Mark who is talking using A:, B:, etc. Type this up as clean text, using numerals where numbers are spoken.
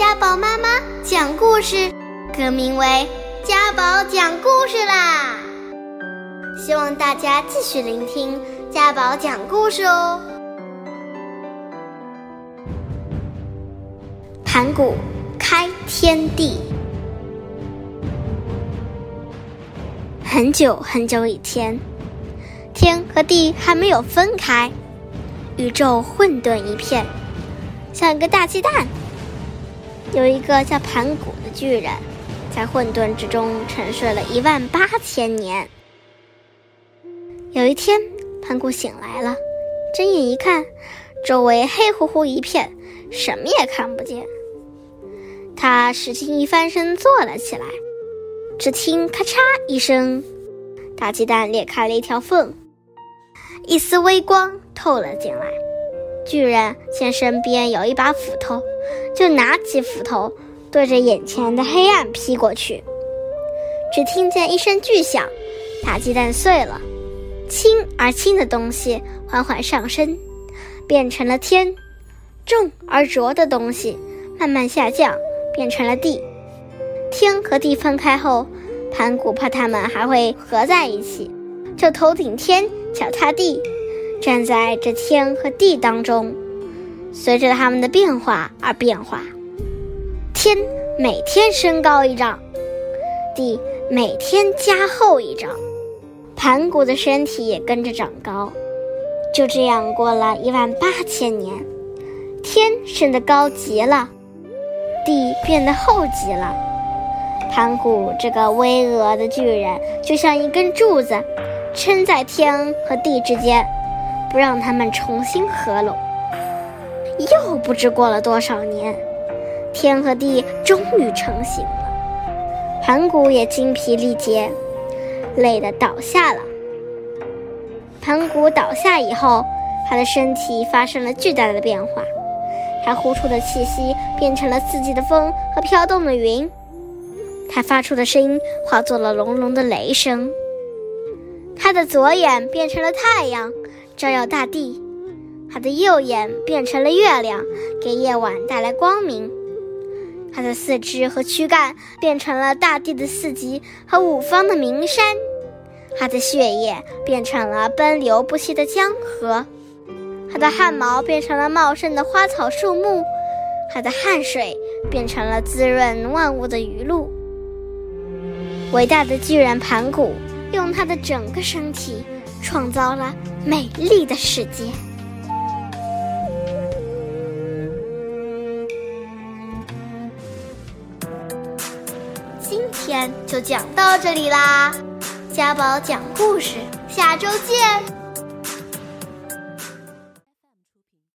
A: 家宝妈妈讲故事，更名为家宝讲故事啦！希望大家继续聆听家宝讲故事哦。盘古开天地。很久很久以前，天和地还没有分开，宇宙混沌一片，像一个大鸡蛋。有一个叫盘古的巨人，在混沌之中沉睡了18000年。有一天，盘古醒来了，睁眼一看，周围黑乎乎一片，什么也看不见。他使劲一翻身坐了起来，只听咔嚓一声，大鸡蛋裂开了一条缝，一丝微光透了进来。巨人见身边有一把斧头，就拿起斧头对着眼前的黑暗劈过去。只听见一声巨响，大鸡蛋碎了，轻而轻的东西缓缓上升，变成了天；重而浊的东西慢慢下降，变成了地。天和地分开后，盘古怕它们还会合在一起，就头顶天，脚踏地，站在这天和地当中，随着它们的变化而变化。天每天升高1丈，地每天加厚1丈，盘古的身体也跟着长高。就这样过了18000年，天升得高极了，地变得厚极了。盘古这个巍峨的巨人就像一根柱子，撑在天和地之间，不让它们重新合拢。又不知过了多少年，天和地终于成型了。盘古也精疲力竭，累得倒下了。盘古倒下以后，他的身体发生了巨大的变化，他呼出的气息变成了四季的风和飘动的云，他发出的声音化作了隆隆的雷声。他的左眼变成了太阳，照耀大地；他的右眼变成了月亮，给夜晚带来光明；他的四肢和躯干变成了大地的四极和五方的名山；他的血液变成了奔流不息的江河；他的汗毛变成了茂盛的花草树木；他的汗水变成了滋润万物的雨露。伟大的巨人盘古用他的整个身体创造了美丽的世界。今天就讲到这里啦，家宝讲故事，下周见。